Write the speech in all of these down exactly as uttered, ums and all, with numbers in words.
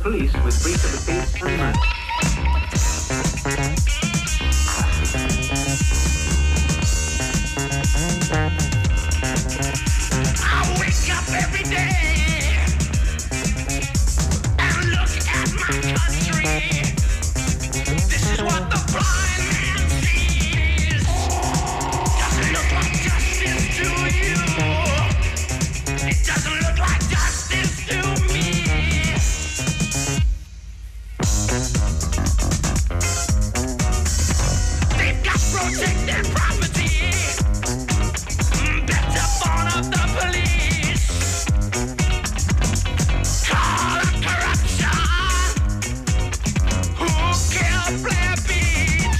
police with breach of the peace and murder. I wake up every day and look at my country. This is what the blind man sees. Doesn't look like justice to you. It doesn't look like justice to me. They've got protected property. Better phone up the police. Call up corruption. Who killed Blair Beach?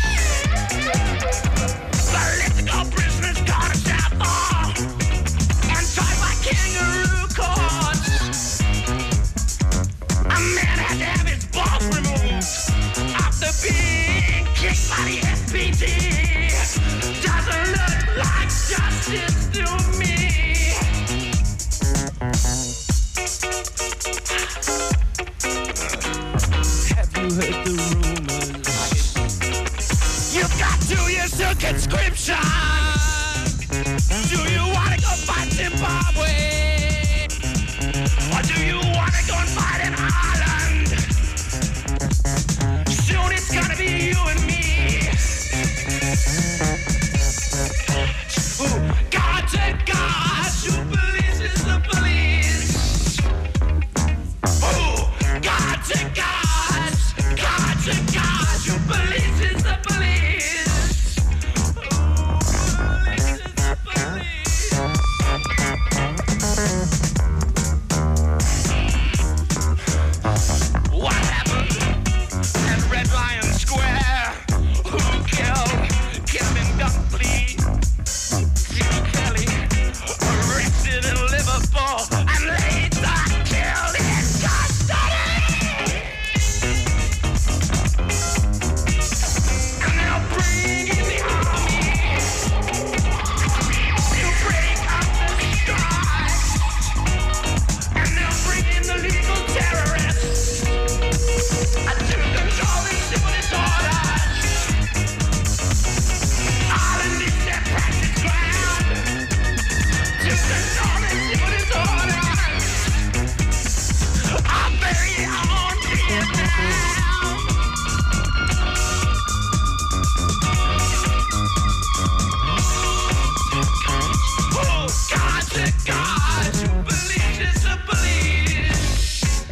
Political prisoners caught in Southall and tried by kangaroo courts. A man had to have his balls removed after being kicked by the S P D. Doesn't look like justice to me. Have you heard the rumors? You've got two years to conscription. Do you want to go fight Zimbabwe? Or do you want to go and fight in Ireland? Soon it's gonna be you and me. Ooh, God to God, you police is the police. Ooh, God to God, God to God, you police is the police. Ooh, police is the police. What happened at Red Lion Square? Who killed Kim and Dunkley? Jimmy Kelly arrested in Liverpool and later killed in custody. And they'll bring in the army to break up the strike. And they'll bring in the legal terrorists to control the civil disorders. Ireland is their practice ground to control the civil disorders. Our very own Vietnam. Oh, God to God, you police is the police.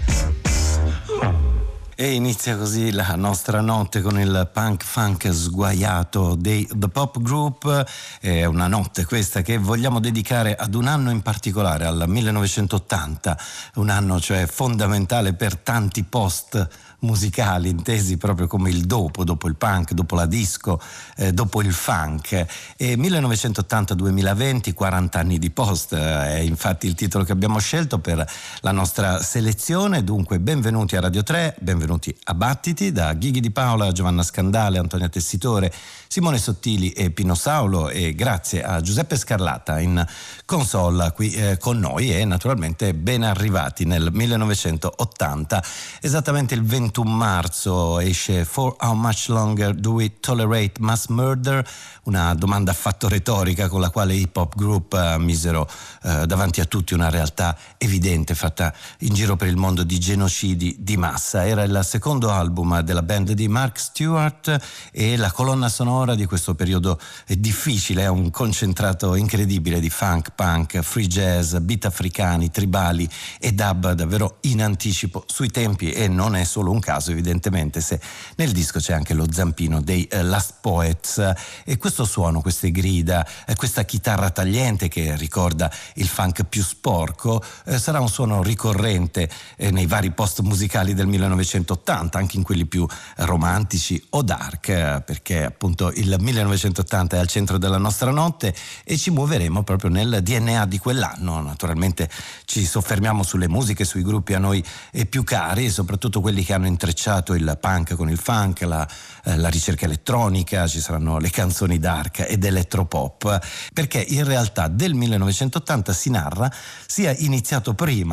E inizia così la nostra notte con il punk funk sguaiato dei The Pop Group. È una notte questa che vogliamo dedicare ad un anno in particolare, al millenovecentottanta, un anno cioè fondamentale per tanti post musicali intesi proprio come il dopo, dopo il punk, dopo la disco, eh, dopo il funk. E millenovecentottanta duemilaventi, quaranta anni di post, è infatti il titolo che abbiamo scelto per la nostra selezione. Dunque benvenuti a Radio tre, benvenuti a Battiti, da Ghighi Di Paola, Giovanna Scandale, Antonia Tessitore, Simone Sottili e Pino Saulo, e grazie a Giuseppe Scarlata in console qui eh, con noi, e naturalmente ben arrivati nel millenovecentottanta. Esattamente il ventuno marzo esce For How Much Longer Do We Tolerate Mass Murder, una domanda affatto retorica con la quale i pop group eh, misero eh, davanti a tutti una realtà evidente fatta in giro per il mondo di genocidi di massa. Era il secondo album della band di Mark Stewart e la colonna sonora di questo periodo difficile, è un concentrato incredibile di funk, punk, free jazz, beat africani, tribali e dub davvero in anticipo sui tempi, e non è solo un caso evidentemente se nel disco c'è anche lo zampino dei uh, Last Poets. E questo suono, queste grida, eh, questa chitarra tagliente che ricorda il funk più sporco, eh, sarà un suono ricorrente eh, nei vari post musicali del millenovecentottanta, anche in quelli più romantici o dark, eh, perché appunto il millenovecentottanta è al centro della nostra notte e ci muoveremo proprio nel D N A di quell'anno. Naturalmente ci soffermiamo sulle musiche, sui gruppi a noi più cari, e soprattutto quelli che hanno intrecciato il punk con il funk, la, eh, la ricerca elettronica, ci saranno le canzoni dark ed elettropop, perché in realtà del millenovecentottanta si narra sia iniziato prima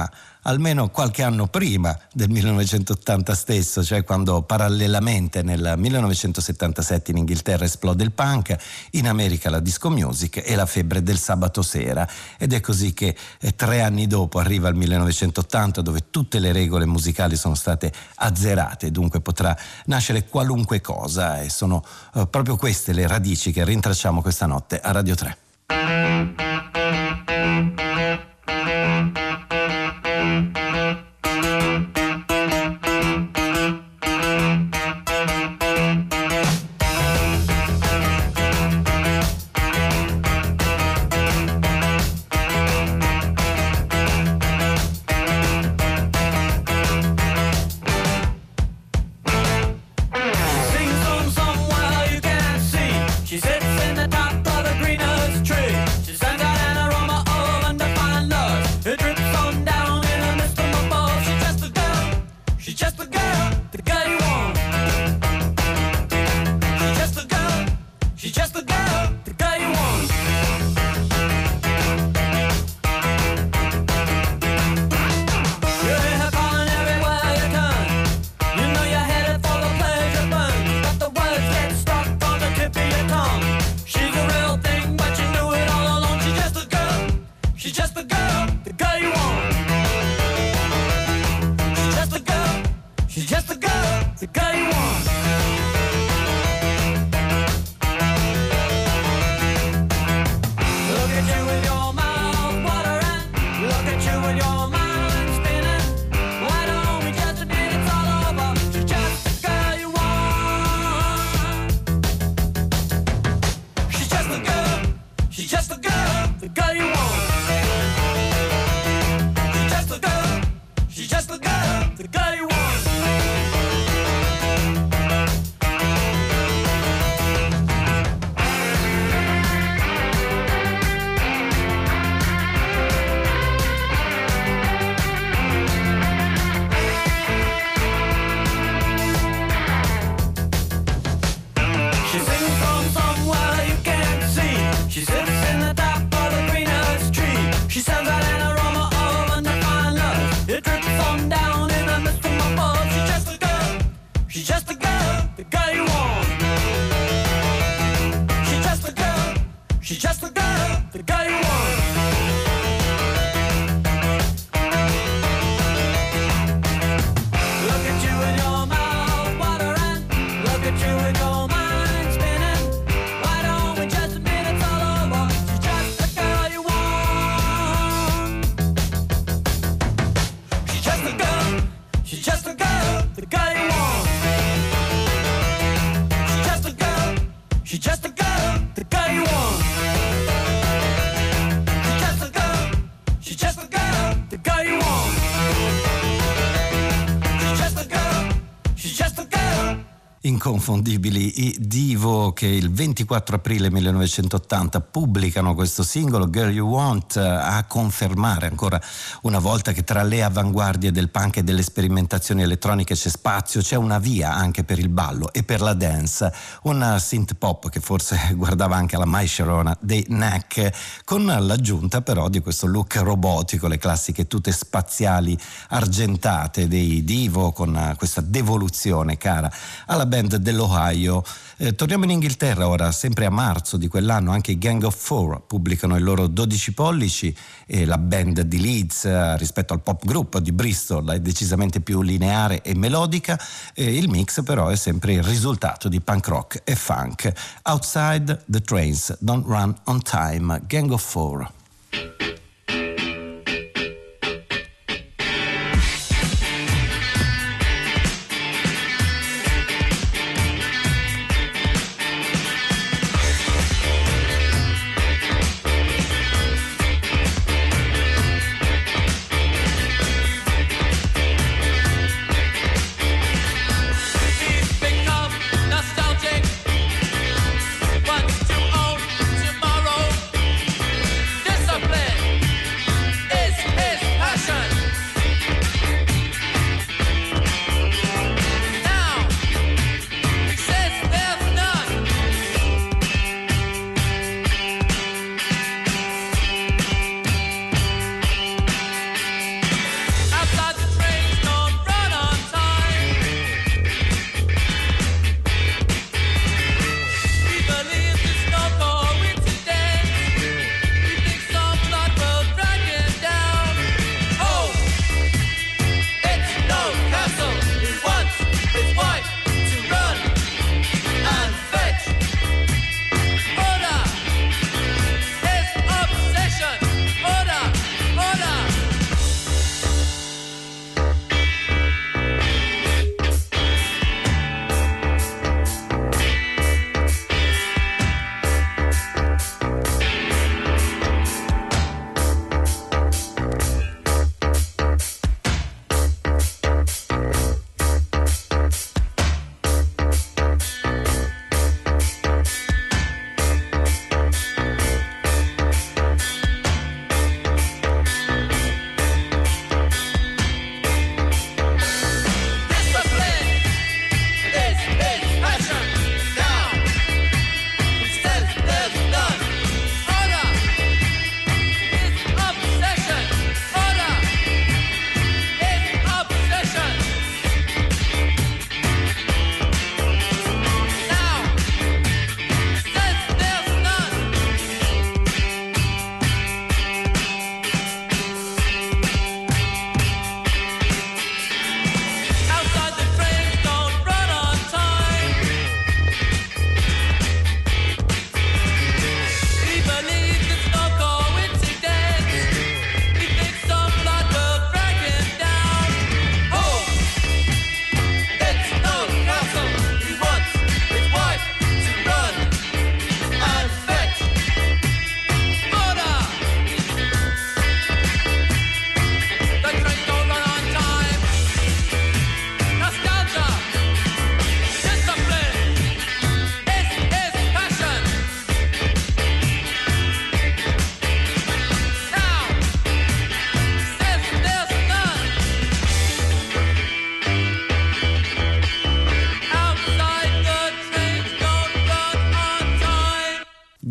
almeno qualche anno prima del millenovecentottanta stesso, cioè quando parallelamente nel millenovecentosettantasette in Inghilterra esplode il punk, in America la disco music e la febbre del sabato sera, ed è così che eh, tre anni dopo arriva il millenovecentottanta, dove tutte le regole musicali sono state azzerate, dunque potrà nascere qualunque cosa, e sono eh, proprio queste le radici che rintracciamo questa notte a Radio tre. Inconfondibili i Divo, che il ventiquattro aprile millenovecentottanta pubblicano questo singolo Girl You Want, a confermare ancora una volta che tra le avanguardie del punk e delle sperimentazioni elettroniche c'è spazio, c'è una via anche per il ballo e per la dance, un synth pop che forse guardava anche alla Mai Sharona dei Knack, con l'aggiunta però di questo look robotico, le classiche tute spaziali argentate dei Divo, con questa devoluzione cara alla band dell'Ohio. Eh, torniamo in Inghilterra ora, sempre a marzo di quell'anno anche i Gang of Four pubblicano il loro dodici pollici, e la band di Leeds eh, rispetto al pop group di Bristol è decisamente più lineare e melodica, e il mix però è sempre il risultato di punk rock e funk. Outside the Trains Don't Run on Time, Gang of Four. This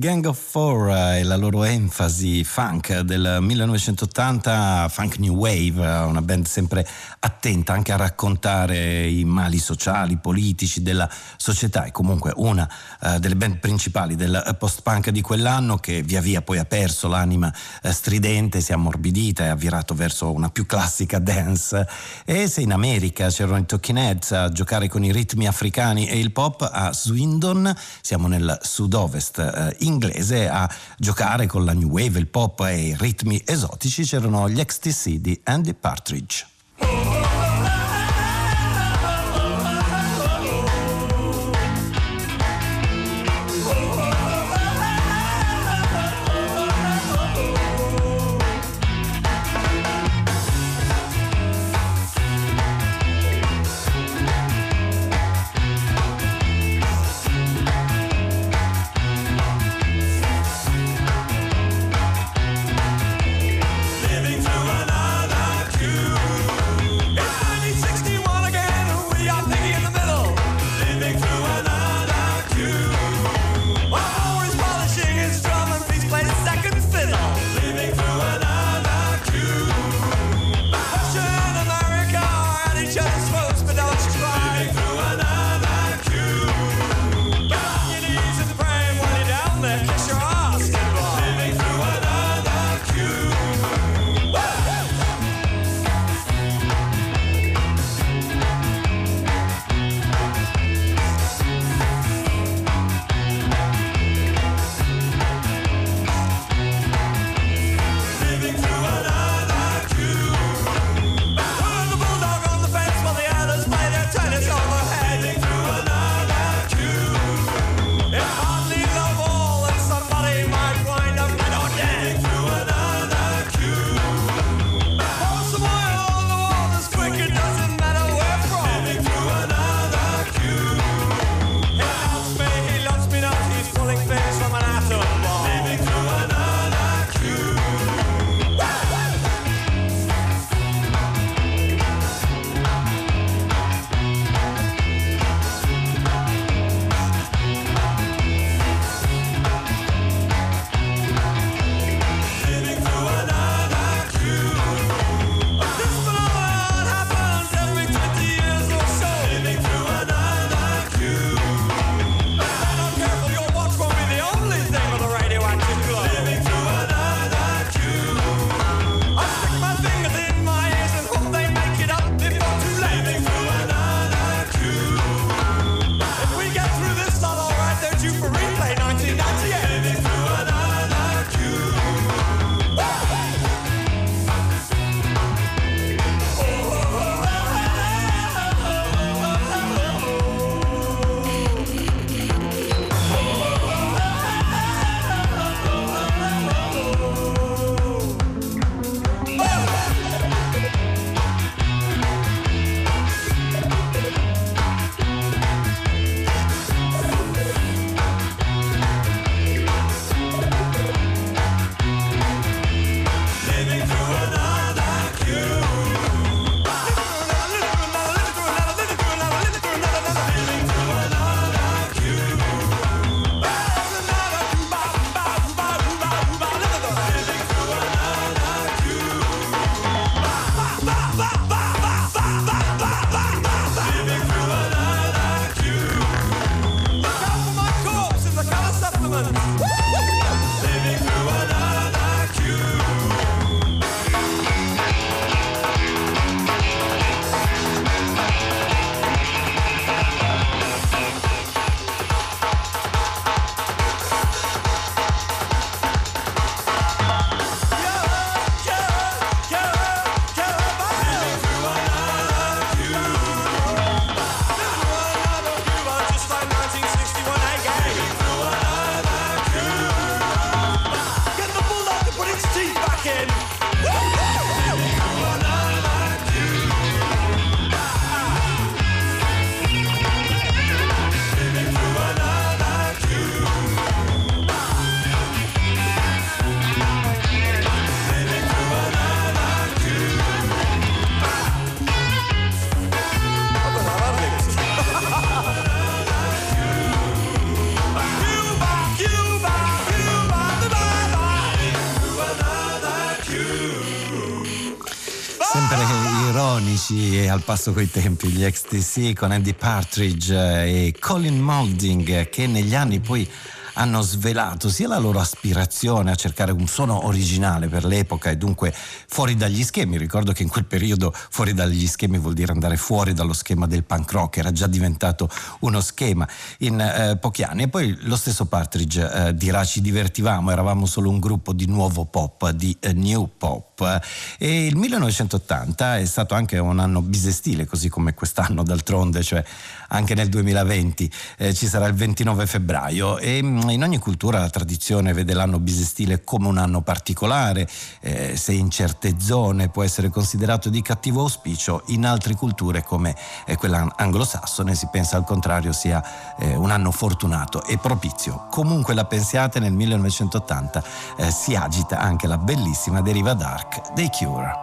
Gang of Four e la loro enfasi funk del millenovecentottanta, funk new wave, una band sempre attenta anche a raccontare i mali sociali, politici della società, e comunque una uh, delle band principali del post-punk di quell'anno, che via via poi ha perso l'anima uh, stridente, si è ammorbidita e ha virato verso una più classica dance. E se in America c'erano i Talking Heads a giocare con i ritmi africani e il pop, a Swindon, siamo nel sud-ovest eh, inglese, a giocare con la new wave, il pop e i ritmi esotici c'erano gli X T C di Andy Partridge. Living through another sempre ironici e al passo coi tempi, gli X T C con Andy Partridge e Colin Moulding, che negli anni poi hanno svelato sia la loro aspirazione a cercare un suono originale per l'epoca e dunque fuori dagli schemi. Ricordo che in quel periodo fuori dagli schemi vuol dire andare fuori dallo schema del punk rock, era già diventato uno schema in eh, pochi anni. E poi lo stesso Partridge eh, dirà: ci divertivamo, eravamo solo un gruppo di nuovo pop, di eh, new pop. E il millenovecentottanta è stato anche un anno bisestile, così come quest'anno d'altronde, cioè anche nel duemilaventi eh, ci sarà il ventinove febbraio, e in ogni cultura la tradizione vede l'anno bisestile come un anno particolare. Eh, se in certe zone può essere considerato di cattivo auspicio, in altre culture come eh, quella anglosassone si pensa al contrario sia eh, un anno fortunato e propizio. Comunque la pensiate, nel millenovecentottanta eh, si agita anche la bellissima deriva dark dei Cure.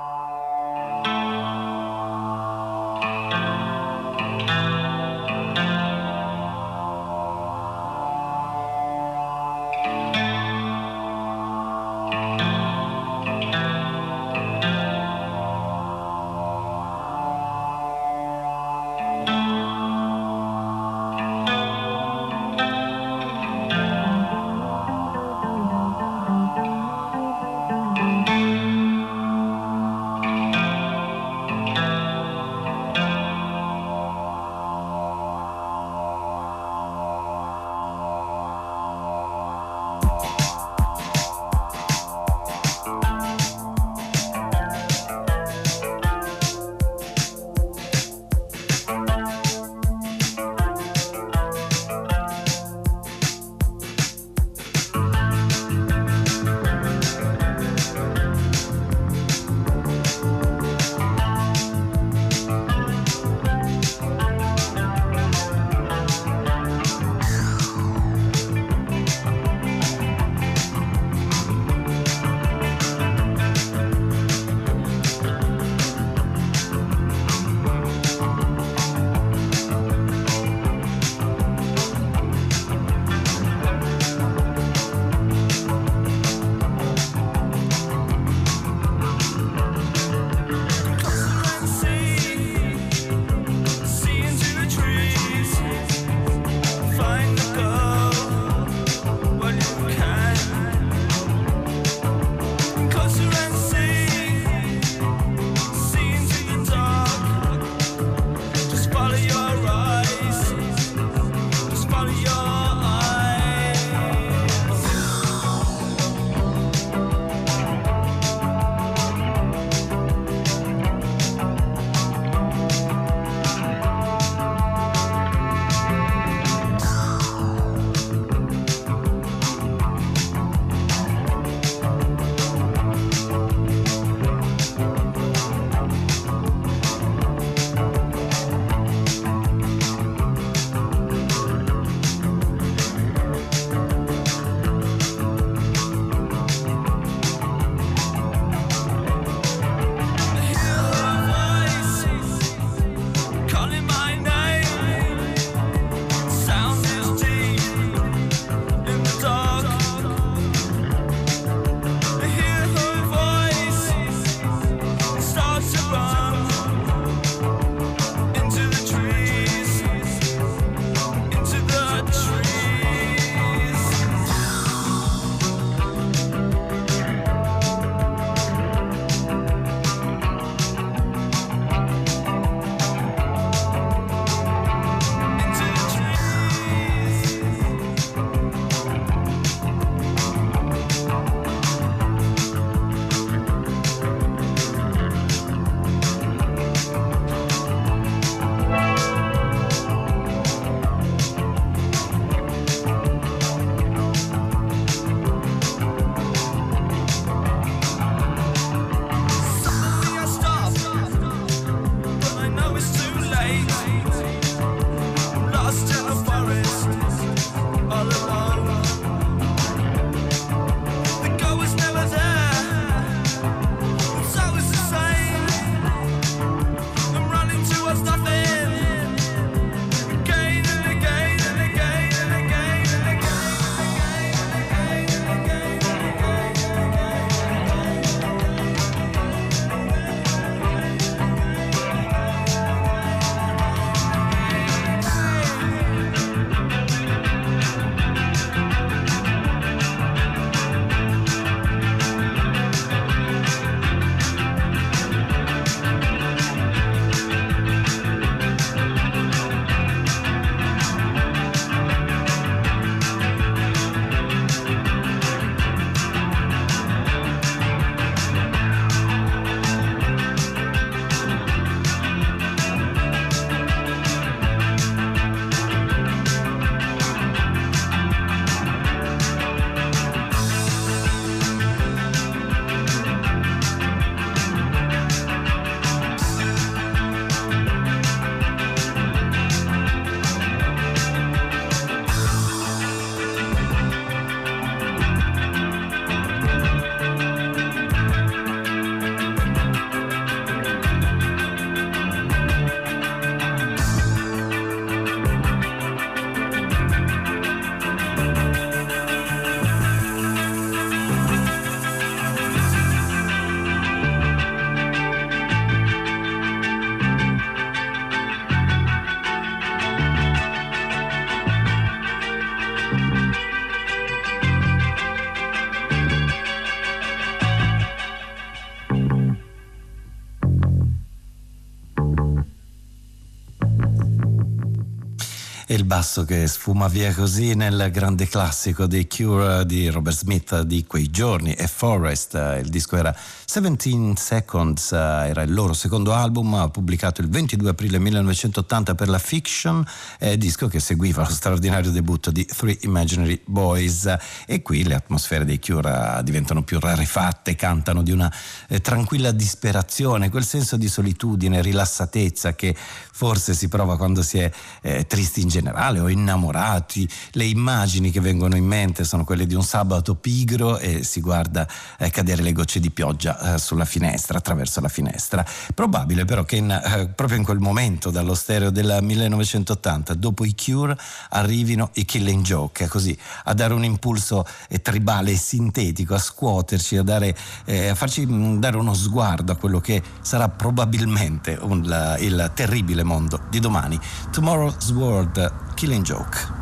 E il basso che sfuma via così nel grande classico dei Cure di Robert Smith di quei giorni, e Forest. Il disco era seventeen seconds, era il loro secondo album pubblicato il ventidue aprile millenovecentottanta per la Fiction, eh, disco che seguiva lo straordinario debutto di Three Imaginary Boys. E qui le atmosfere dei Cure diventano più rarefatte, cantano di una eh, tranquilla disperazione, quel senso di solitudine, rilassatezza che forse si prova quando si è eh, tristi in generale o innamorati. Le immagini che vengono in mente sono quelle di un sabato pigro e si guarda eh, cadere le gocce di pioggia eh, sulla finestra, attraverso la finestra. Probabile però che in, eh, proprio in quel momento, dallo stereo del millenovecentottanta, dopo i Cure arrivino i Killing Joke, così a dare un impulso eh, tribale e sintetico, a scuoterci, a, dare, eh, a farci mh, dare uno sguardo a quello che sarà probabilmente un, la, il terribile mondo di domani. Tomorrow's World, Killing Joke.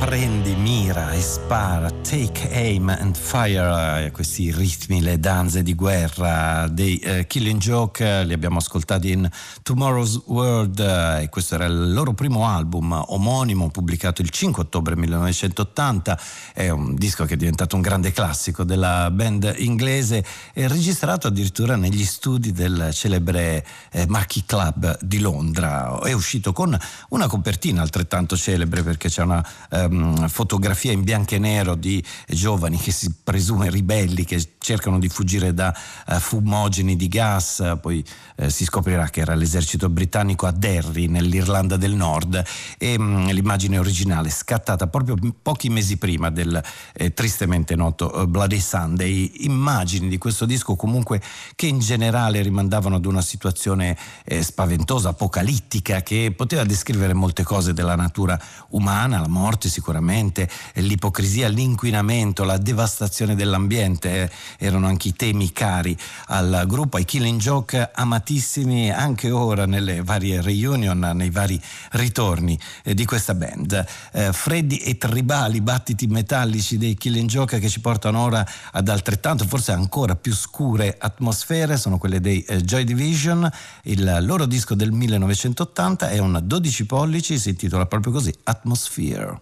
prendi, mira e spara, take aim and fire, questi ritmi, le danze di guerra dei uh, Killing Joke, li abbiamo ascoltati in Tomorrow's World, uh, e questo era il loro primo album omonimo pubblicato il cinque ottobre millenovecentottanta. È un disco che è diventato un grande classico della band inglese e registrato addirittura negli studi del celebre eh, Marquee Club di Londra. È uscito con una copertina altrettanto celebre perché c'è una um, fotografia in bianco e nero di giovani che si presume ribelli che cercano di fuggire da uh, fumogeni di gas, poi uh, si scoprirà che era l'esercito britannico a Derry nell'Irlanda del Nord e um, l'immagine originale scattata proprio pochi mesi prima del eh, tristemente noto uh, Bloody Sunday. Immagini di questo disco comunque che in generale rimandavano ad una situazione eh, spaventosa, apocalittica, che poteva descrivere molte cose della natura umana, la morte sicuramente, l'ipocrisia, l'inquinamento, la devastazione dell'ambiente, eh, erano anche i temi cari al gruppo, ai Killing Joke, amatissimi anche ora nelle varie reunion, nei vari ritorni eh, di questa band. Eh, freddi e tribali battiti metallici dei Killing Joke che ci portano ora ad altrettanto, forse ancora più scure atmosfere, sono quelle dei eh, Joy Division. Il loro disco del millenovecentottanta è un dodici pollici, si intitola proprio così, Atmosphere.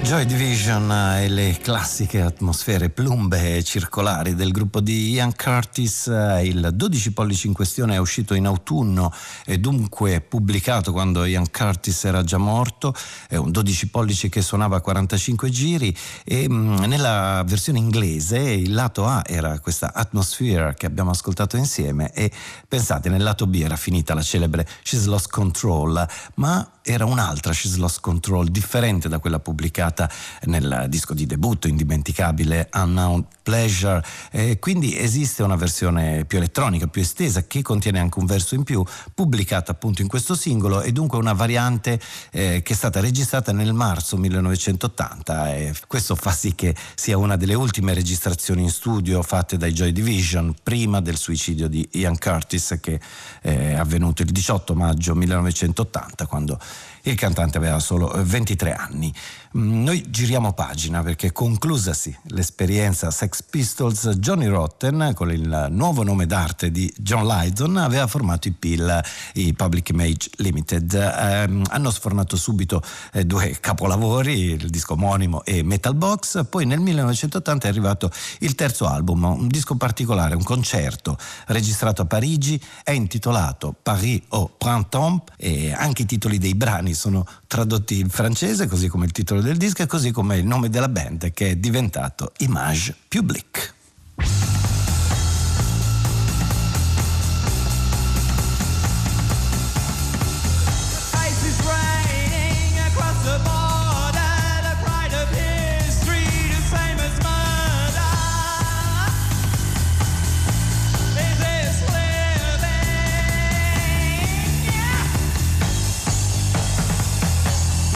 Joy Division e le classiche atmosfere plumbe circolari del gruppo di Ian Curtis. Il dodici pollici in questione è uscito in autunno e dunque pubblicato quando Ian Curtis era già morto. È un dodici pollici che suonava a quarantacinque giri e mh, nella versione inglese il lato A era questa Atmosphere che abbiamo ascoltato insieme e pensate, nel lato B era finita la celebre She's Lost Control, ma era un'altra She's Lost Control, differente da quella pubblicata nel disco di debutto indimenticabile Unknown Pleasure, e quindi esiste una versione più elettronica, più estesa, che contiene anche un verso in più, pubblicata appunto in questo singolo, e dunque una variante eh, che è stata registrata nel marzo millenovecentottanta, e questo fa sì che sia una delle ultime registrazioni in studio fatte dai Joy Division prima del suicidio di Ian Curtis, che è avvenuto il diciotto maggio millenovecentottanta, quando il cantante aveva solo ventitré anni. Noi giriamo pagina perché, conclusasi l'esperienza Sex Pistols, Johnny Rotten, con il nuovo nome d'arte di John Lydon, aveva formato i P I L, i Public Image Limited. Eh, hanno sfornato subito eh, due capolavori, il disco omonimo e Metal Box. Poi nel millenovecentottanta è arrivato il terzo album, un disco particolare, un concerto registrato a Parigi, è intitolato Paris au Printemps, e anche i titoli dei brani sono tradotti in francese, così come il titolo del disco e così come il nome della band, che è diventato Image Publique.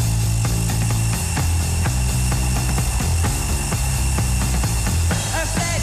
Stay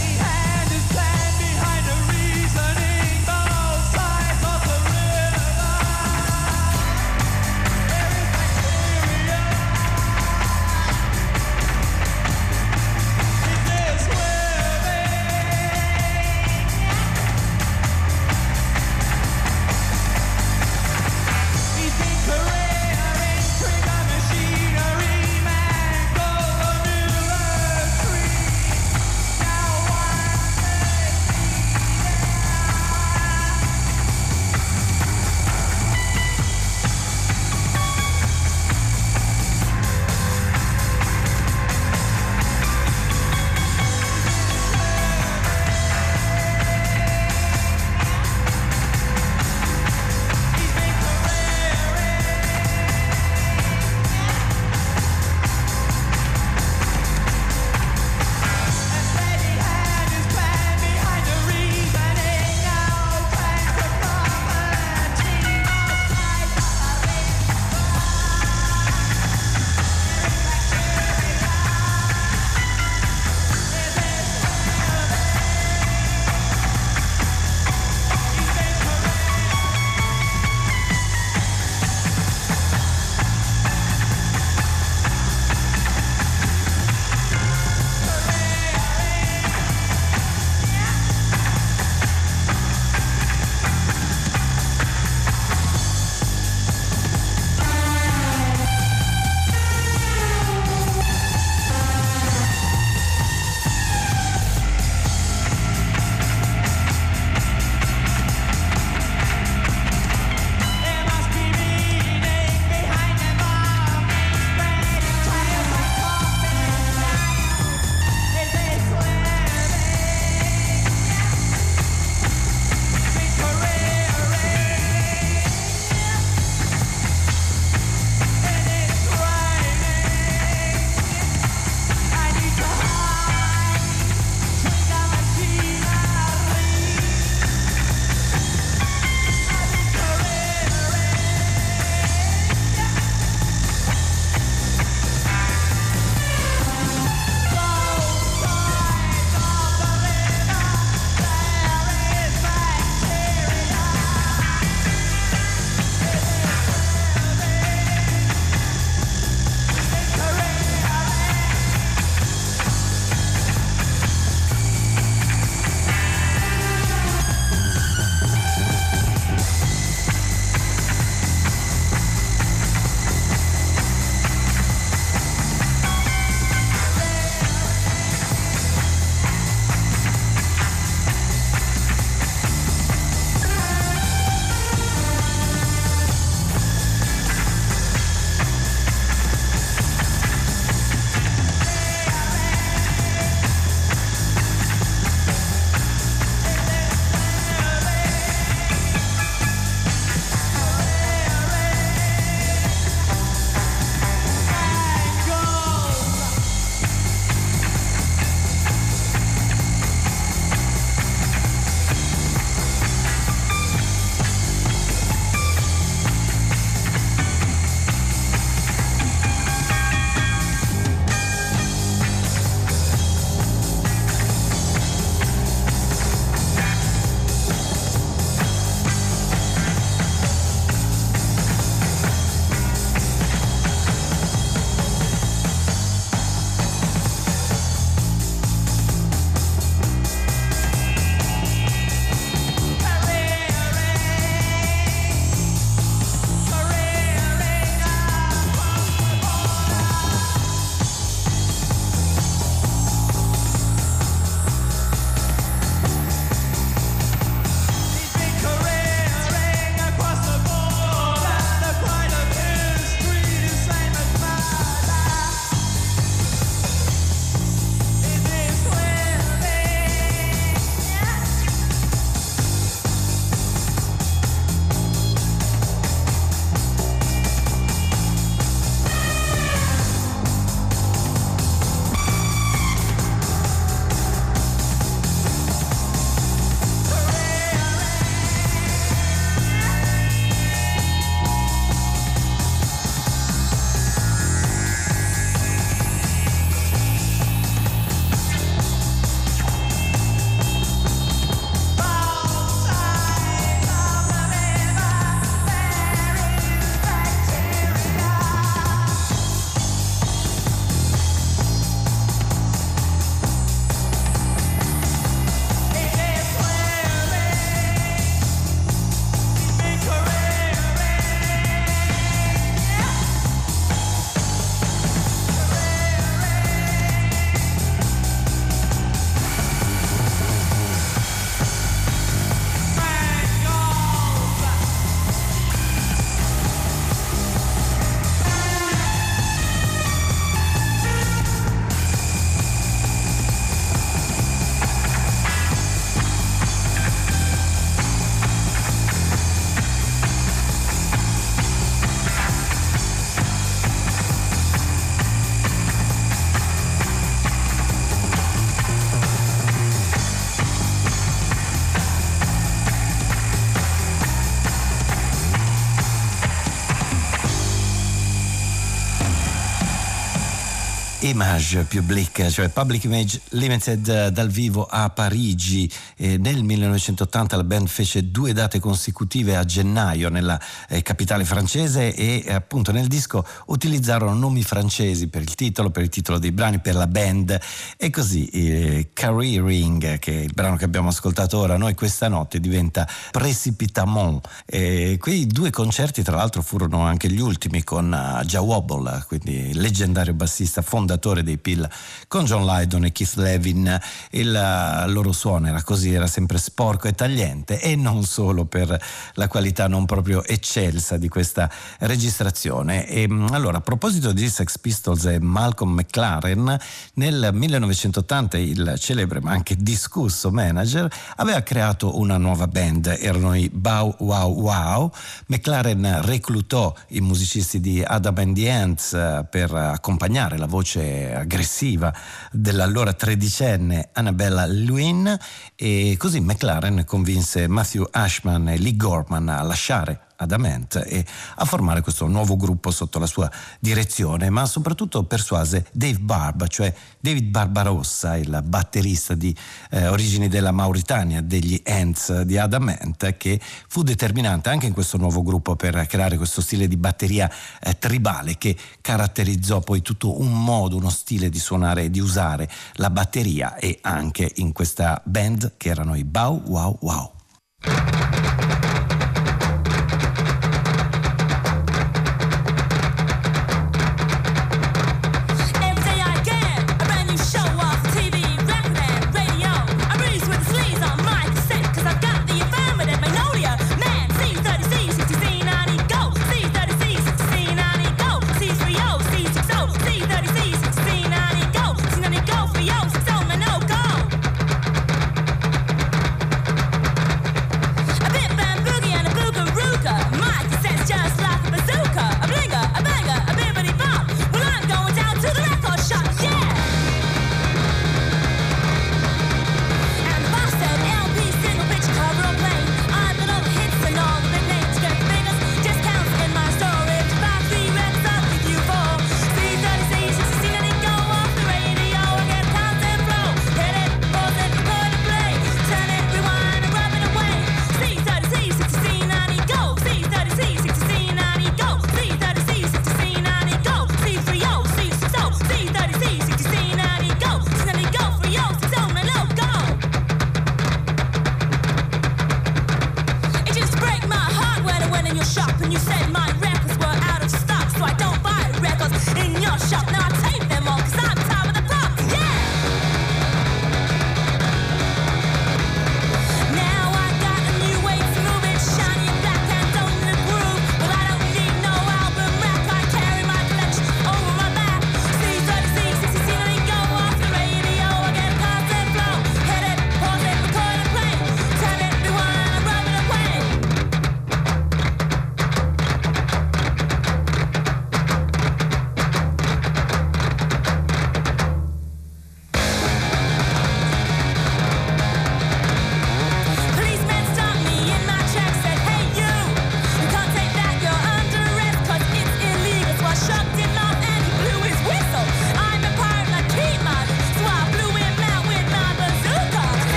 Image Public, cioè Public Image Limited, dal vivo a Parigi. E nel millenovecentottanta la band fece due date consecutive a gennaio nella eh, capitale francese e eh, appunto nel disco utilizzarono nomi francesi per il titolo, per il titolo dei brani, per la band, e così eh, Careering, che è il brano che abbiamo ascoltato ora noi questa notte, diventa Précipitamment. E quei due concerti tra l'altro furono anche gli ultimi con uh, Jah Wobble, quindi leggendario bassista fondatore dei Peel, con John Lydon e Keith Levin. Il uh, loro suono era così, era sempre sporco e tagliente, e non solo per la qualità non proprio eccelsa di questa registrazione. E allora, a proposito di Sex Pistols e Malcolm McLaren, nel millenovecentottanta il celebre ma anche discusso manager aveva creato una nuova band, erano i Bow Wow Wow. McLaren reclutò i musicisti di Adam and the Ants per accompagnare la voce aggressiva dell'allora tredicenne Annabella Lwin, e così McLaren convinse Matthew Ashman e Lee Gorman a lasciare Adamant e a formare questo nuovo gruppo sotto la sua direzione, ma soprattutto persuase Dave Barb, cioè David Barbarossa, il batterista di eh, origini della Mauritania, degli Ants di Adamant, che fu determinante anche in questo nuovo gruppo per creare questo stile di batteria eh, tribale che caratterizzò poi tutto un modo, uno stile di suonare e di usare la batteria, e anche in questa band che erano i Bow Wow Wow.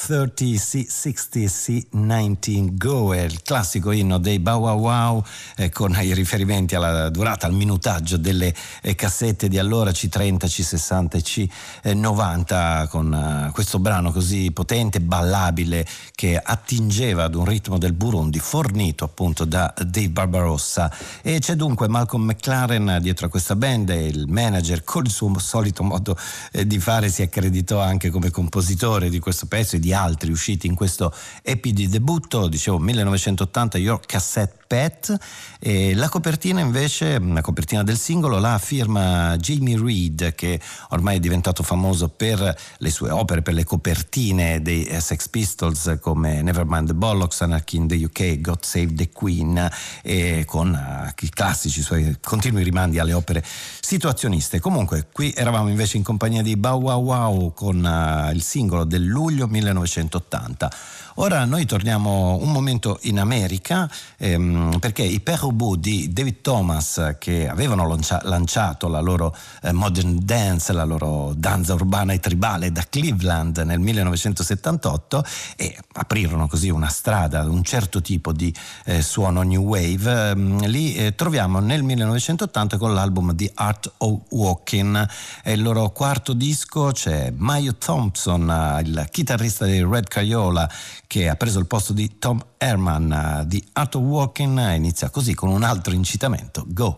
trenta, C sessanta, C diciannove, Go è il classico inno dei Bow Wow Wow, eh, con i riferimenti alla durata, al minutaggio delle eh, cassette di allora, C trenta, C sessanta e C novanta, con uh, questo brano così potente, ballabile, che attingeva ad un ritmo del Burundi fornito appunto da Dave Barbarossa. E c'è dunque Malcolm McLaren dietro a questa band, e il manager con il suo solito modo eh, di fare si accreditò anche come compositore di questo pezzo e di altri usciti in questo E P di debutto, dicevo millenovecentottanta, Your Cassette Pet. E la copertina invece, la copertina del singolo, la firma Jamie Reed, che ormai è diventato famoso per le sue opere, per le copertine dei Sex Pistols come Nevermind the Bollocks, Anarchy in the U K, God Save the Queen, e con uh, i classici suoi continui rimandi alle opere situazioniste. Comunque qui eravamo invece in compagnia di Bow Wow Wow con uh, il singolo del luglio millenovecentottanta. Ora noi torniamo un momento in America, ehm, perché i Perubu di David Thomas, che avevano lancia- lanciato la loro eh, modern dance, la loro danza urbana e tribale da Cleveland nel millenovecentosettantotto, e aprirono così una strada ad un certo tipo di eh, suono new wave, ehm, li eh, troviamo nel millenovecentottanta con l'album The Art of Walking. È il loro quarto disco. C'è Mayo Thompson, il chitarrista dei Red Crayola, che ha preso il posto di Tom Herman. Di Art of Walking inizia così con un altro incitamento, Go!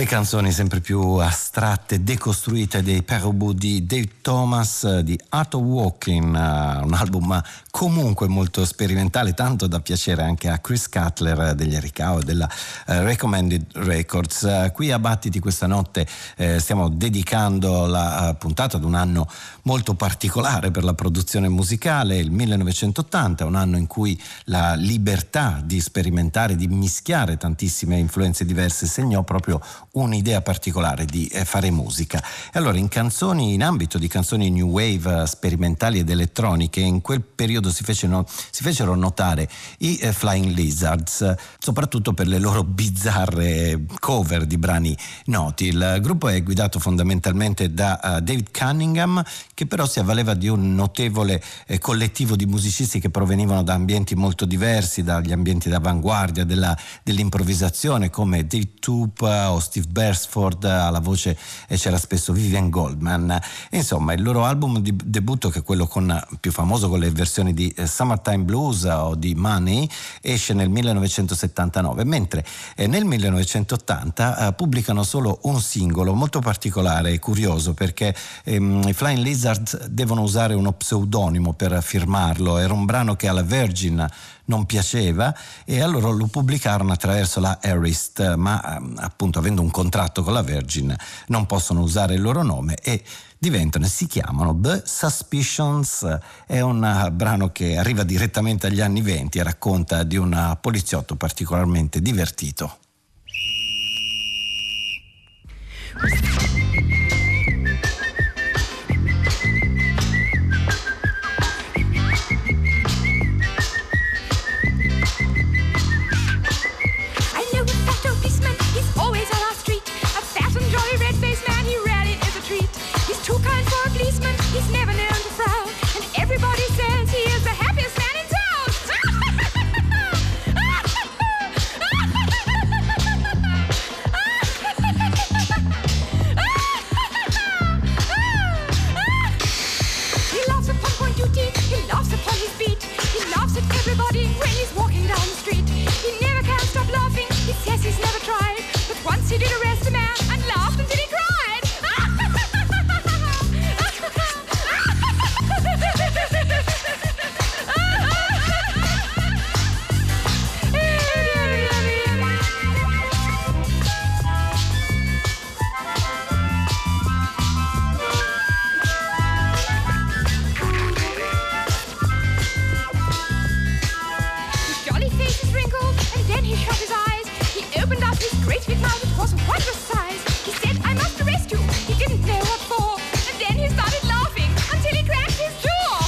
canzoni sempre più astratte, decostruite dei Perubu di Dave Thomas, di Art of Walking, un album comunque molto sperimentale, tanto da piacere anche a Chris Cutler degli Ericao e della uh, Recommended Records. Uh, qui a Battiti questa notte eh, stiamo dedicando la uh, puntata ad un anno molto particolare per la produzione musicale, il millenovecentottanta, un anno in cui la libertà di sperimentare, di mischiare tantissime influenze diverse segnò proprio un'idea particolare di eh, fare musica. E allora in canzoni, in ambito di canzoni new wave, sperimentali ed elettroniche, in quel periodo si fecero, si fecero notare i eh, Flying Lizards, soprattutto per le loro bizzarre cover di brani noti. Il gruppo è guidato fondamentalmente da uh, David Cunningham, che però si avvaleva di un notevole eh, collettivo di musicisti che provenivano da ambienti molto diversi, dagli ambienti d'avanguardia, della, dell'improvvisazione, come Dave Toop o Steve Beresford, alla voce e c'era spesso Vivian Goldman. E insomma, il loro album di debutto, che è quello con, più famoso con le versioni di eh, Summertime Blues o di Money, esce nel millenovecentosettantanove, mentre eh, nel millenovecentottanta eh, pubblicano solo un singolo molto particolare e curioso, perché ehm, i Flying Lizards devono usare uno pseudonimo per firmarlo. Era un brano che alla Virgin non piaceva e allora lo pubblicarono attraverso la Arist, ma appunto avendo un contratto con la Virgin non possono usare il loro nome e diventano e si chiamano The Suspicions. È un brano che arriva direttamente agli anni venti e racconta di un poliziotto particolarmente divertito. He's never known to frown, and everybody says he is the happiest man in town. He laughs upon point duty, he laughs upon his beat, he laughs at everybody when he's walking down the street. He never can stop laughing, he says he's never tried, but once he did arrest a man and laughed until he cried. Great big mouth, it was a wondrous size. He said, I must arrest you. He didn't know what for. And then he started laughing until he cracked his jaw.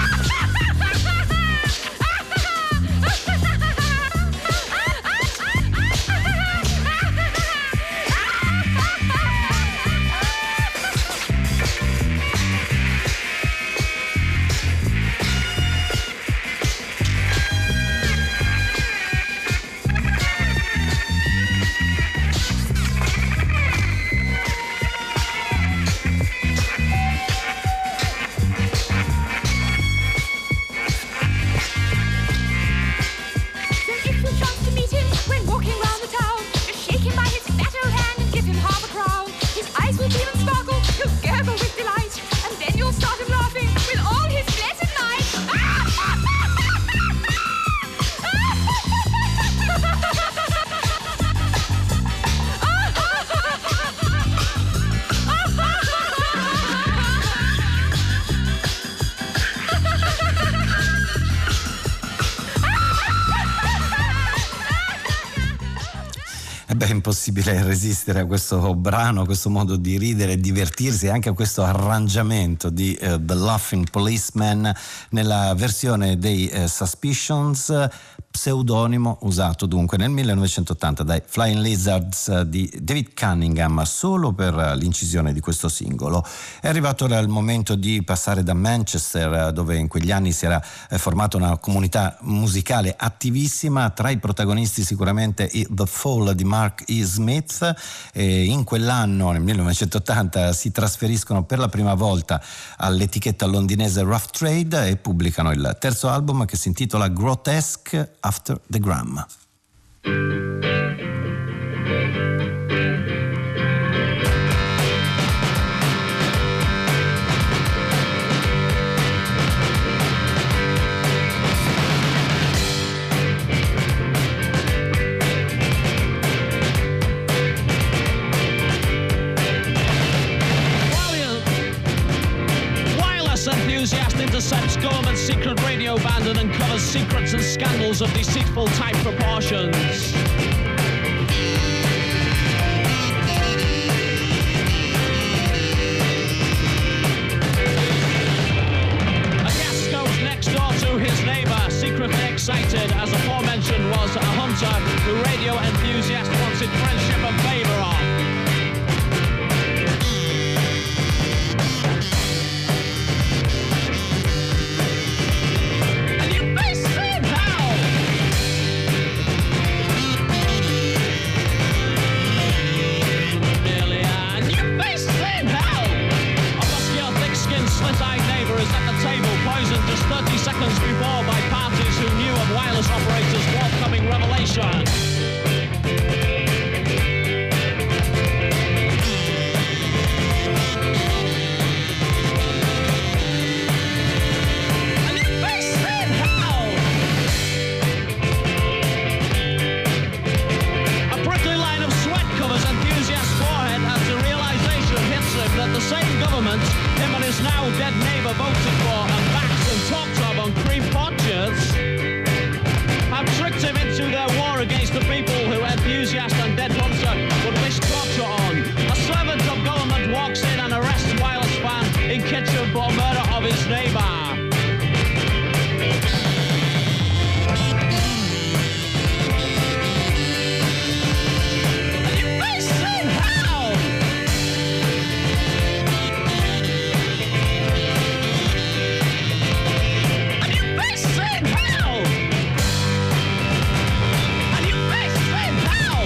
È impossibile resistere a questo brano, a questo modo di ridere e divertirsi, anche a questo arrangiamento di uh, The Laughing Policeman nella versione dei uh, Suspicions, pseudonimo usato dunque nel millenovecentottanta dai Flying Lizards di David Cunningham solo per l'incisione di questo singolo. È arrivato ora il momento di passare da Manchester, dove in quegli anni si era eh, formata una comunità musicale attivissima. Tra i protagonisti sicuramente i The Fall di Mark E. Smith, e in quell'anno, nel millenovecentottanta, si trasferiscono per la prima volta all'etichetta londinese Rough Trade e pubblicano il terzo album, che si intitola Grotesque After the Gram. enthusiast intercepts government secret radio band and uncovers secrets and scandals of deceitful type proportions. His neighbour, secretly excited, as aforementioned was a hunter who radio enthusiast wanted friendship and favour of. And you face him how? Nearly, and you face him how? A muscular, thick-skinned, slit-eyed neighbour is at the table, poisoned just thirty seconds before by parties who knew of wireless operators' forthcoming revelation. And you face him how? A prickly line of sweat covers enthusiast's forehead as the realization hits him that the same government him and his now dead neighbour voted for and backed and talked of on cream porches have tricked him into their war against the people who enthusiast and dead hunter would wish torture on. A servant of government walks in and arrests wireless fan in kitchen for murder of his neighbour. And you face him how? And you face him how? And you face him how?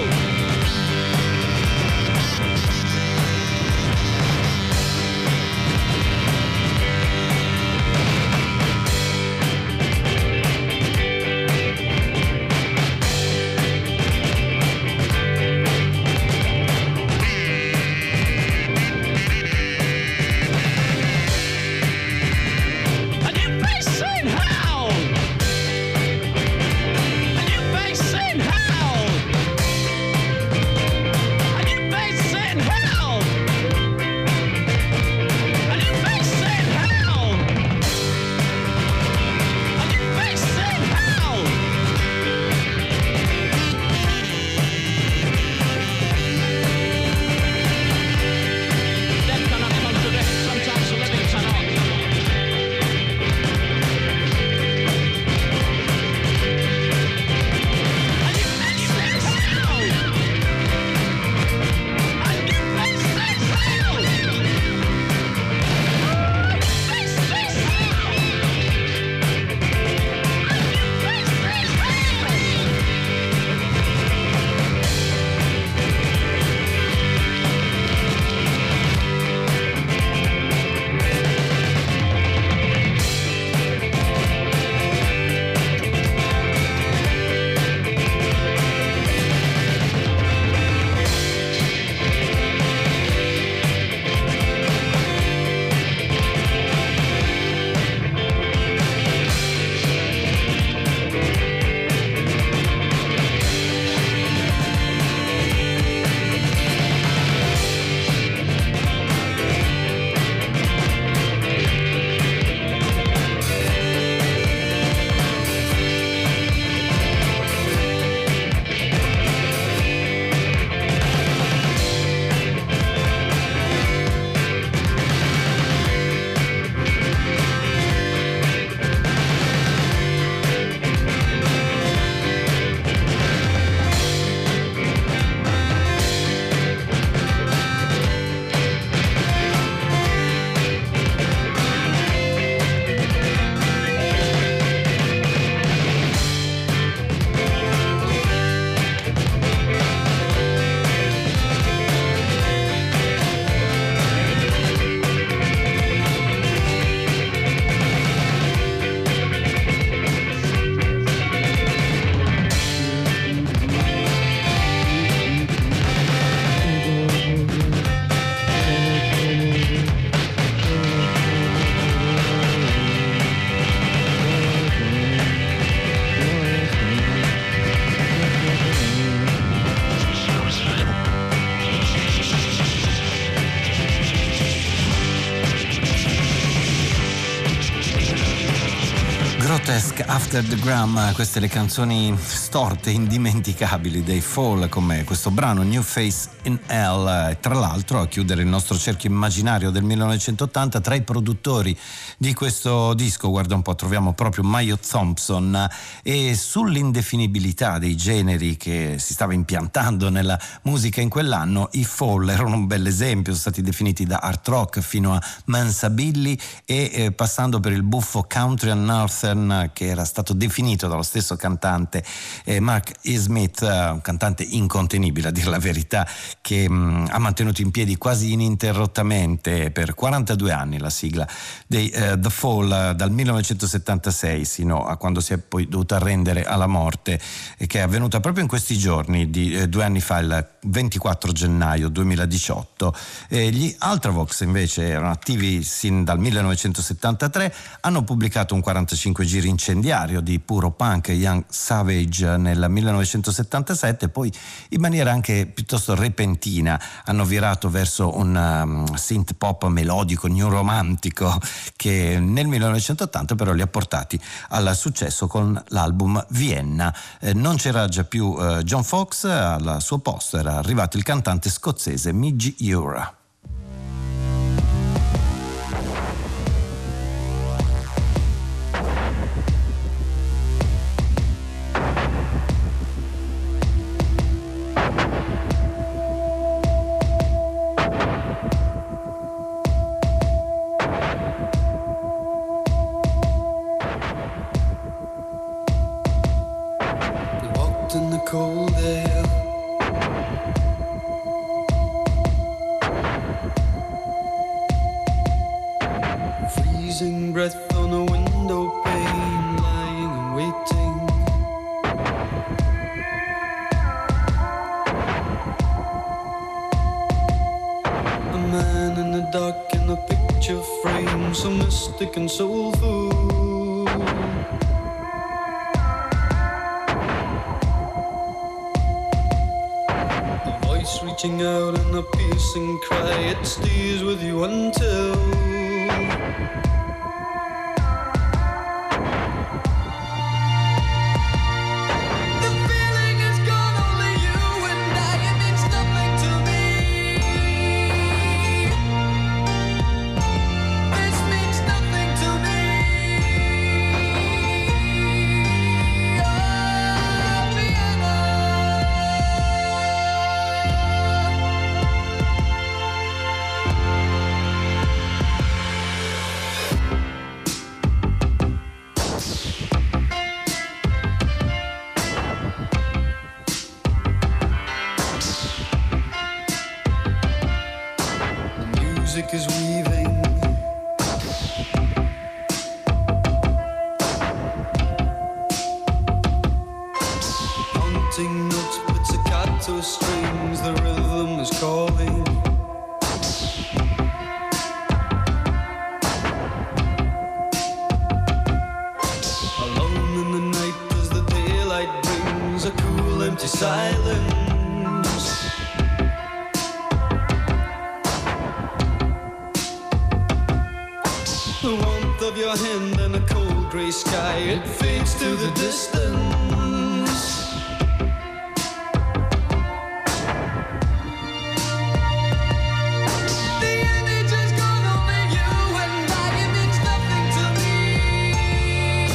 Grotesque After the Gram, queste le canzoni storte, indimenticabili dei Fall, come questo brano New Face in Hell. E tra l'altro, a chiudere il nostro cerchio immaginario del millenovecentottanta, tra i produttori di questo disco, guarda un po', troviamo proprio Mayo Thompson. E sull'indefinibilità dei generi che si stava impiantando nella musica in quell'anno, i Fall erano un bel esempio, sono stati definiti da art rock fino a mansabilly e eh, passando per il buffo country and northern, che era stato definito dallo stesso cantante eh, Mark E. Smith, uh, un cantante incontenibile a dire la verità, che mh, ha mantenuto in piedi quasi ininterrottamente per quarantadue anni la sigla dei uh, The Fall, uh, dal millenovecentosettantasei sino a quando si è poi dovuta arrendere alla morte, eh, che è avvenuta proprio in questi giorni di eh, due anni fa, il ventiquattro gennaio duemiladiciotto. Eh, gli Ultravox invece erano attivi sin dal millenovecentosettantatré, hanno pubblicato un quarantacinque giri incendiario di puro punk, Young Savage, nel millenovecentosettantasette, poi in maniera anche piuttosto repentina hanno virato verso un um, synth pop melodico, new romantico, che nel millenovecentottanta però li ha portati al successo con l'album Vienna. Eh, non c'era già più uh, John Fox, al suo posto era arrivato il cantante scozzese Midge Ure. And soulful, a voice reaching out in a piercing cry, it stays with you until the feeling is gone. Only you and I, it means nothing to me. Music is weaving, haunting notes, pizzicato strings, the rhythm is calling. Alone in the night as the daylight brings a cool empty silence. The warmth of your hand and a cold grey sky, it fades to the distance. The image is gone, only you and I, it means nothing to me.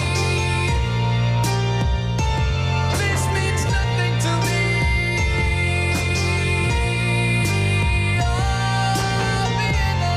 This means nothing to me. Oh, Vienna.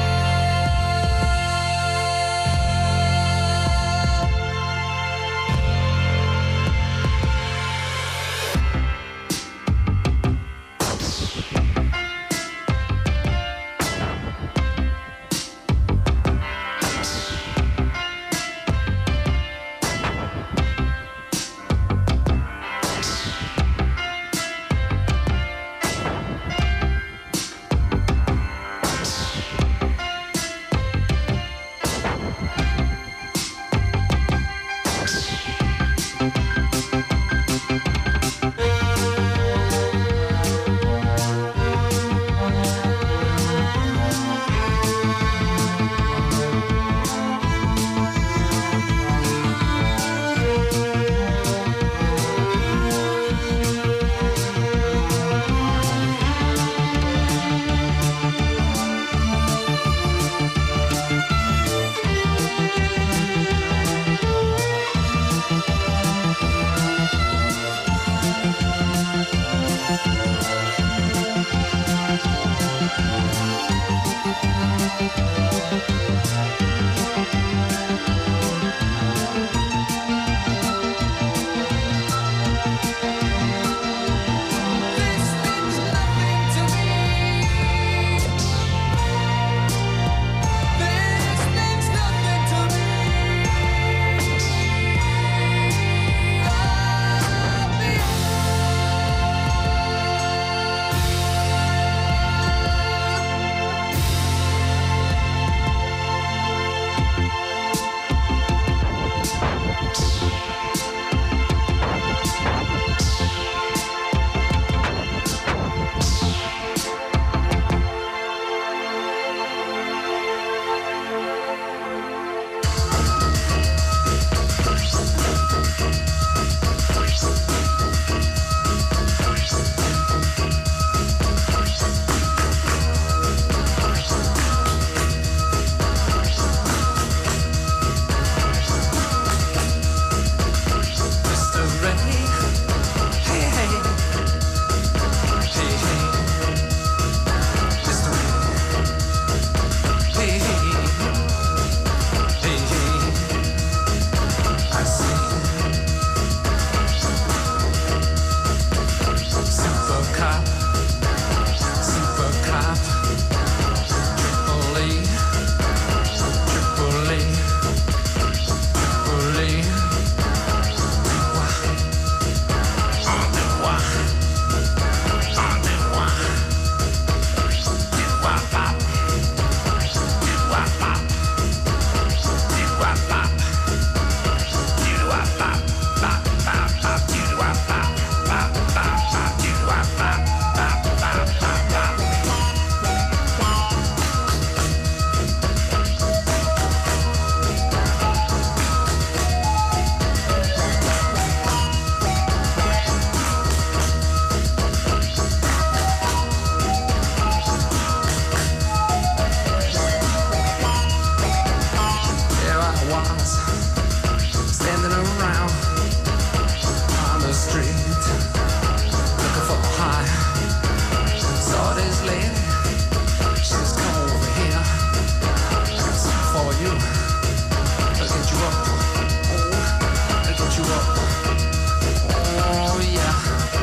bars standing around on the street looking for a high. Saw this lady, she says, come over here, I got something for you. I'll get you up, oh, I'll get you up, oh yeah.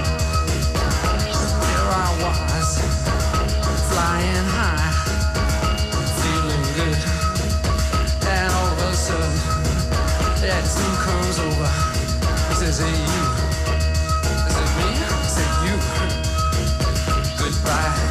There I was, flying high, feeling good, and all of a sudden, that dude comes over, he says, hey you, I said me, I said you, goodbye.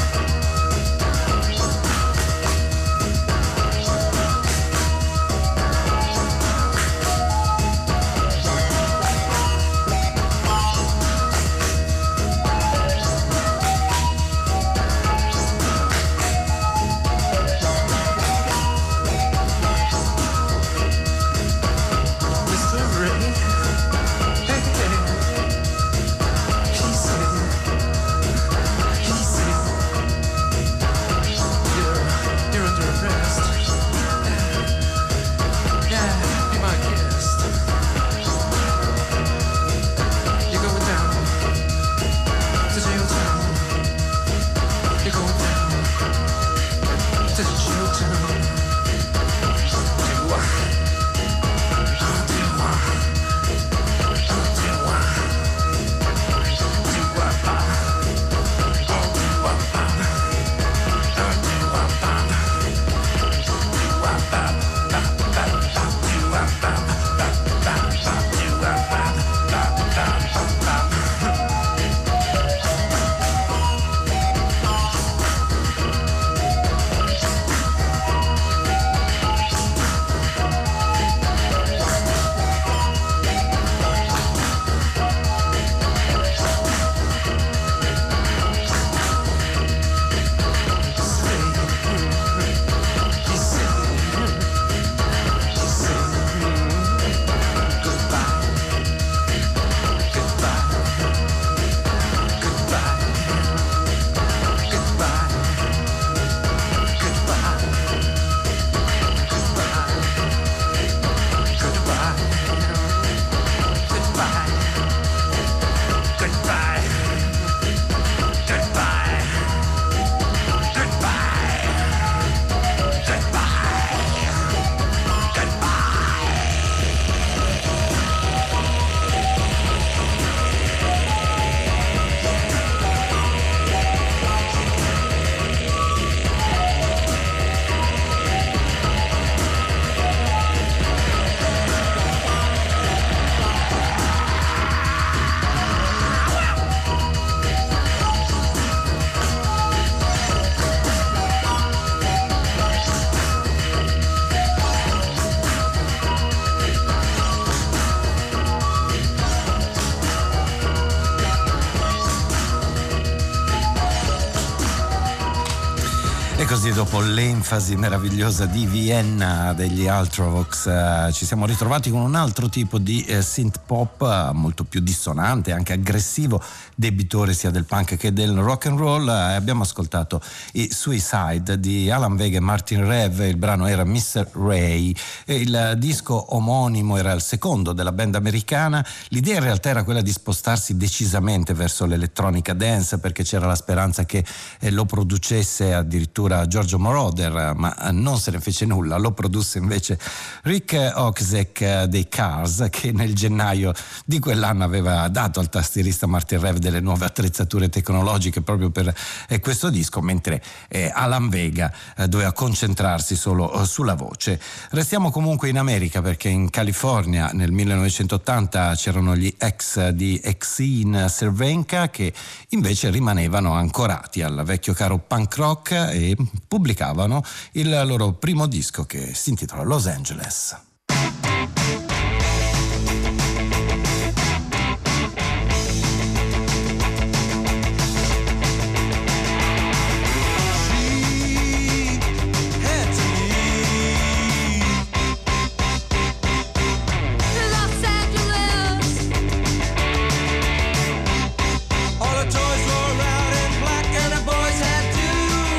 Così dopo l'enfasi meravigliosa di Vienna degli Ultravox eh, ci siamo ritrovati con un altro tipo di eh, synth pop eh, molto più dissonante, anche aggressivo, debitore sia del punk che del rock and roll. Eh, abbiamo ascoltato i Suicide di Alan Vega e Martin Rev, il brano era mister Ray e il disco omonimo era il secondo della band americana. L'idea in realtà era quella di spostarsi decisamente verso l'elettronica dance, perché c'era la speranza che eh, lo producesse addirittura Giorgio Moroder, ma non se ne fece nulla. Lo produsse invece Rick Ocasek dei Cars, che nel gennaio di quell'anno aveva dato al tastierista Martin Rev delle nuove attrezzature tecnologiche proprio per eh, questo disco, mentre eh, Alan Vega eh, doveva concentrarsi solo eh, sulla voce. Restiamo comunque in America, perché in California nel millenovecentottanta c'erano gli ex di Exene Cervenka, che invece rimanevano ancorati al vecchio caro punk rock e pubblicavano il loro primo disco, che si intitola Los Angeles.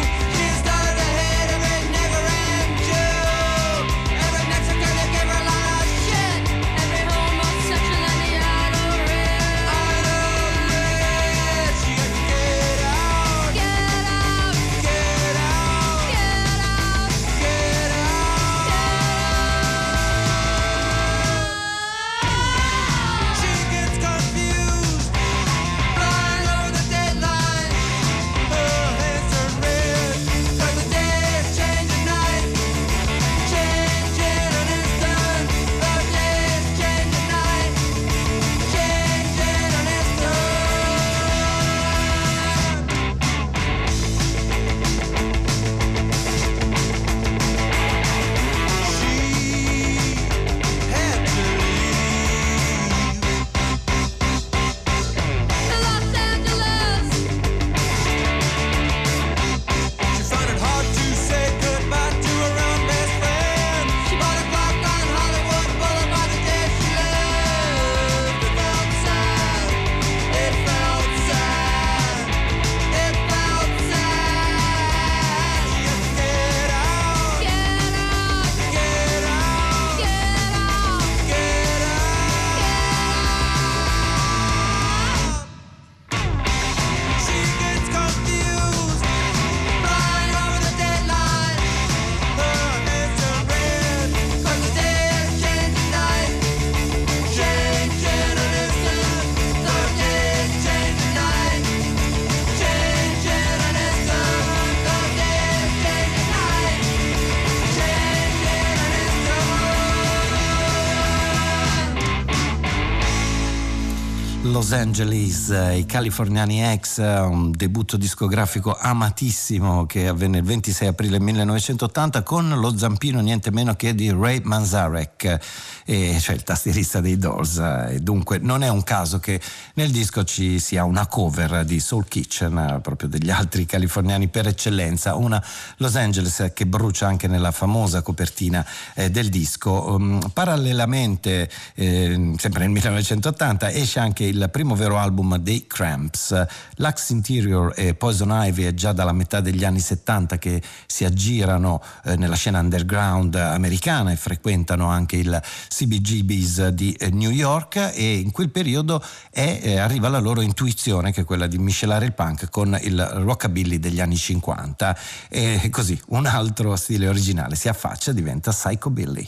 Never end you. Every Mexican they give her life. Los Angeles, i californiani X, un debutto discografico amatissimo che avvenne il ventisei aprile millenovecentottanta con lo zampino niente meno che di Ray Manzarek, e cioè il tastierista dei Doors, e dunque non è un caso che nel disco ci sia una cover di Soul Kitchen, proprio degli altri californiani per eccellenza, una Los Angeles che brucia anche nella famosa copertina eh, del disco. Um, parallelamente eh, sempre nel millenovecentottanta esce anche il primo vero album dei Cramps. Lux Interior e Poison Ivy è già dalla metà degli anni settanta che si aggirano eh, nella scena underground americana e frequentano anche il C B G B's di eh, New York, e in quel periodo è, eh, arriva la loro intuizione, che è quella di miscelare il punk con il rockabilly degli anni cinquanta, e così un altro stile originale si affaccia, diventa psychobilly.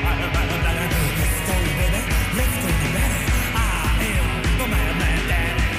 Daddy.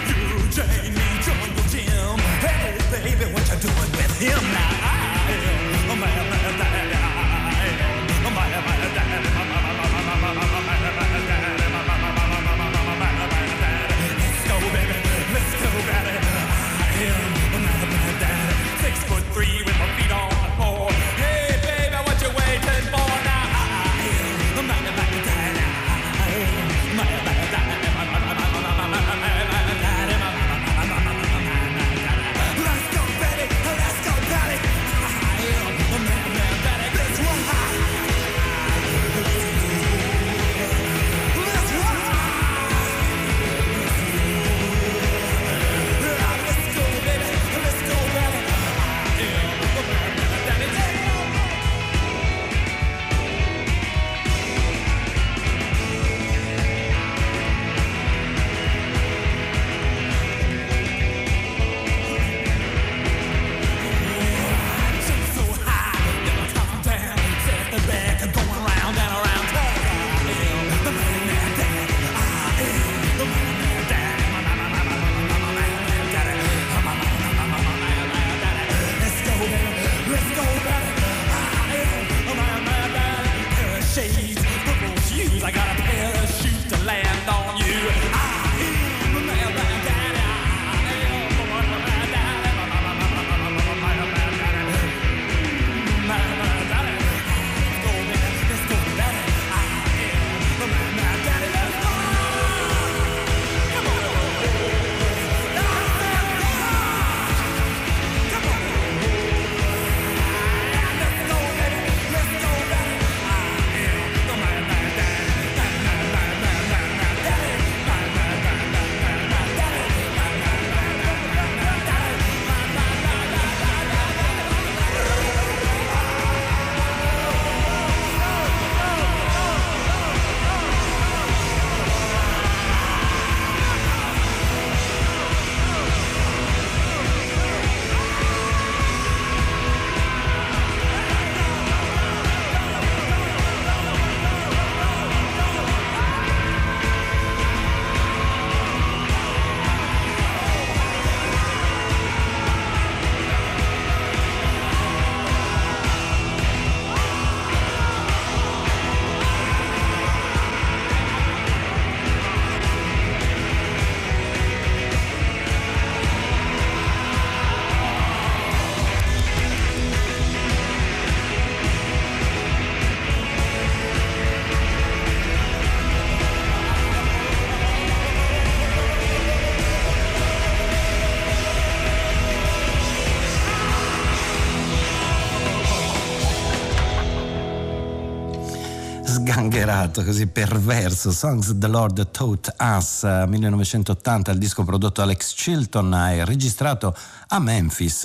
sgangherato, così perverso. Songs the Lord Taught Us, millenovecentottanta, il disco prodotto Alex Chilton e registrato a Memphis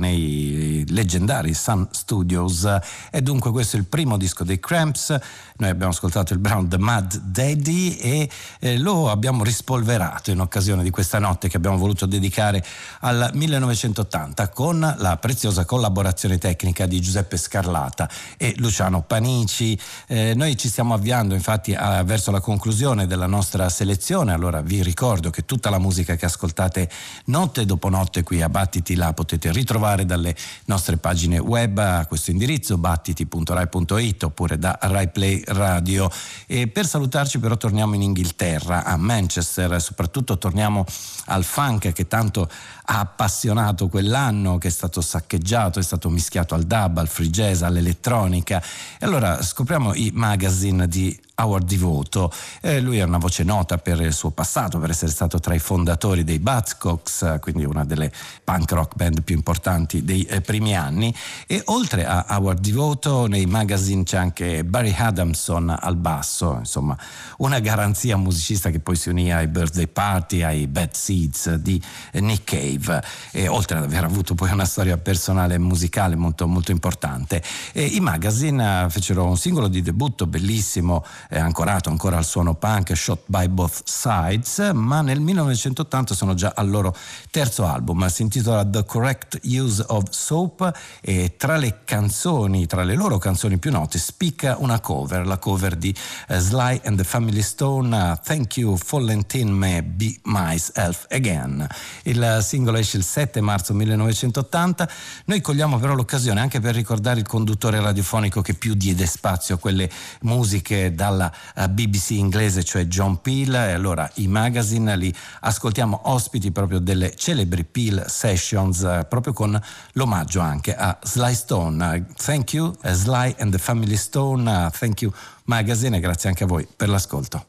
nei leggendari Sun Studios. E dunque questo è il primo disco dei Cramps. Noi abbiamo ascoltato il brano The Mad Daddy e eh, lo abbiamo rispolverato in occasione di questa notte che abbiamo voluto dedicare al millenovecentottanta con la preziosa collaborazione tecnica di Giuseppe Scarlata e Luciano Panici. Eh, noi ci stiamo avviando infatti a, verso la conclusione della nostra selezione. Allora vi ricordo che tutta la musica che ascoltate notte dopo notte qui a Battiti la potete ritrovare dalle nostre pagine web a questo indirizzo battiti punto rai punto it oppure da Rai Play Radio. E per salutarci però torniamo in Inghilterra, a Manchester, soprattutto torniamo al funk che tanto ha appassionato quell'anno, che è stato saccheggiato, è stato mischiato al dub, al free jazz, all'elettronica. E allora scopriamo i Magazine di Howard Devoto. Eh, lui è una voce nota per il suo passato, per essere stato tra i fondatori dei Buzzcocks, quindi una delle punk rock band più importanti dei eh, primi anni. E oltre a Howard Devoto nei Magazine c'è anche Barry Adamson al basso, insomma una garanzia musicista che poi si unì ai Birthday Party, ai Bad Seeds di Nick Cave, e oltre ad aver avuto poi una storia personale e musicale molto, molto importante. E i Magazine fecero un singolo di debutto bellissimo, è ancorato ancora al suono punk, Shot by Both Sides, ma nel millenovecentottanta sono già al loro terzo album, si intitola The Correct Use of Soap, e tra le canzoni, tra le loro canzoni più note spicca una cover, la cover di uh, Sly and the Family Stone, uh, Thank You Fallen Me Be Myself Again. Il singolo esce il sette marzo millenovecentottanta. Noi cogliamo però l'occasione anche per ricordare il conduttore radiofonico che più diede spazio a quelle musiche dalla B B C inglese, cioè John Peel. E allora i Magazine li ascoltiamo ospiti proprio delle celebri Peel Sessions, proprio con l'omaggio anche a Sly Stone. Thank you Sly and the Family Stone, thank you Magazine, e grazie anche a voi per l'ascolto.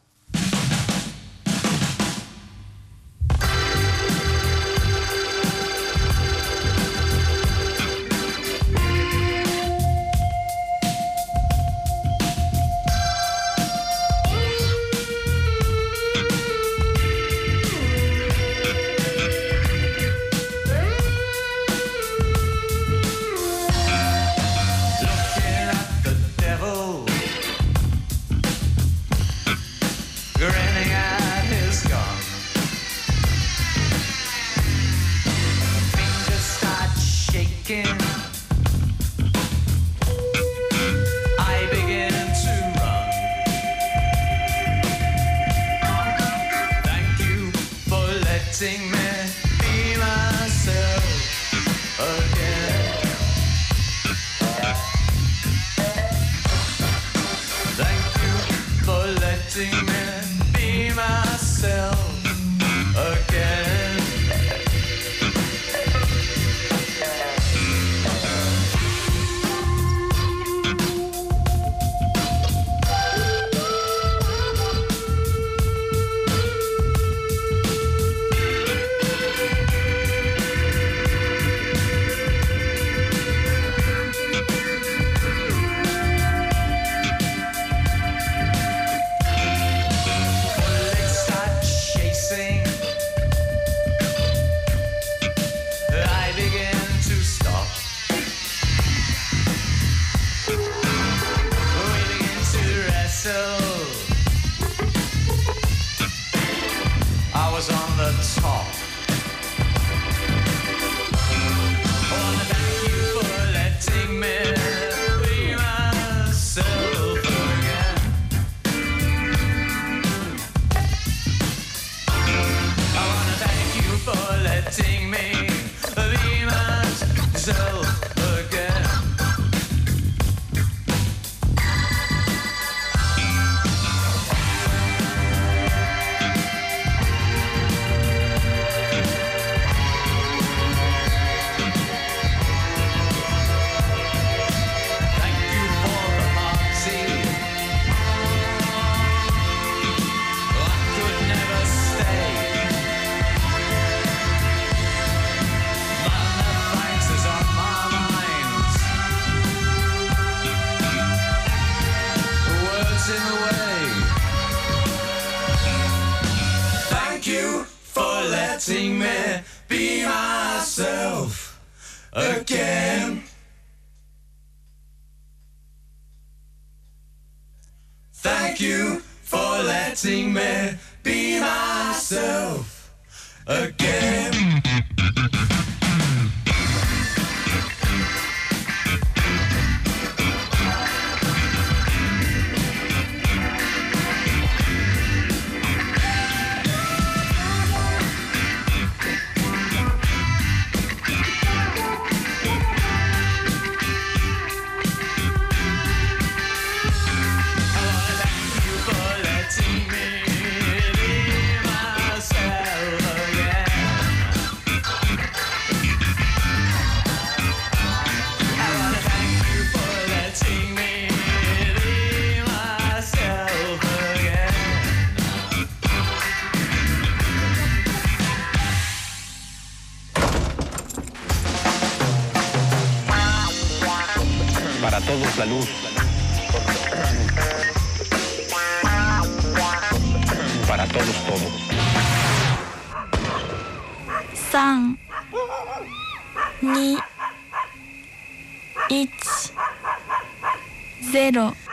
again. Thank you for letting me be myself again. Para todos la luz. Para todos todo. San, ni, ich, zero.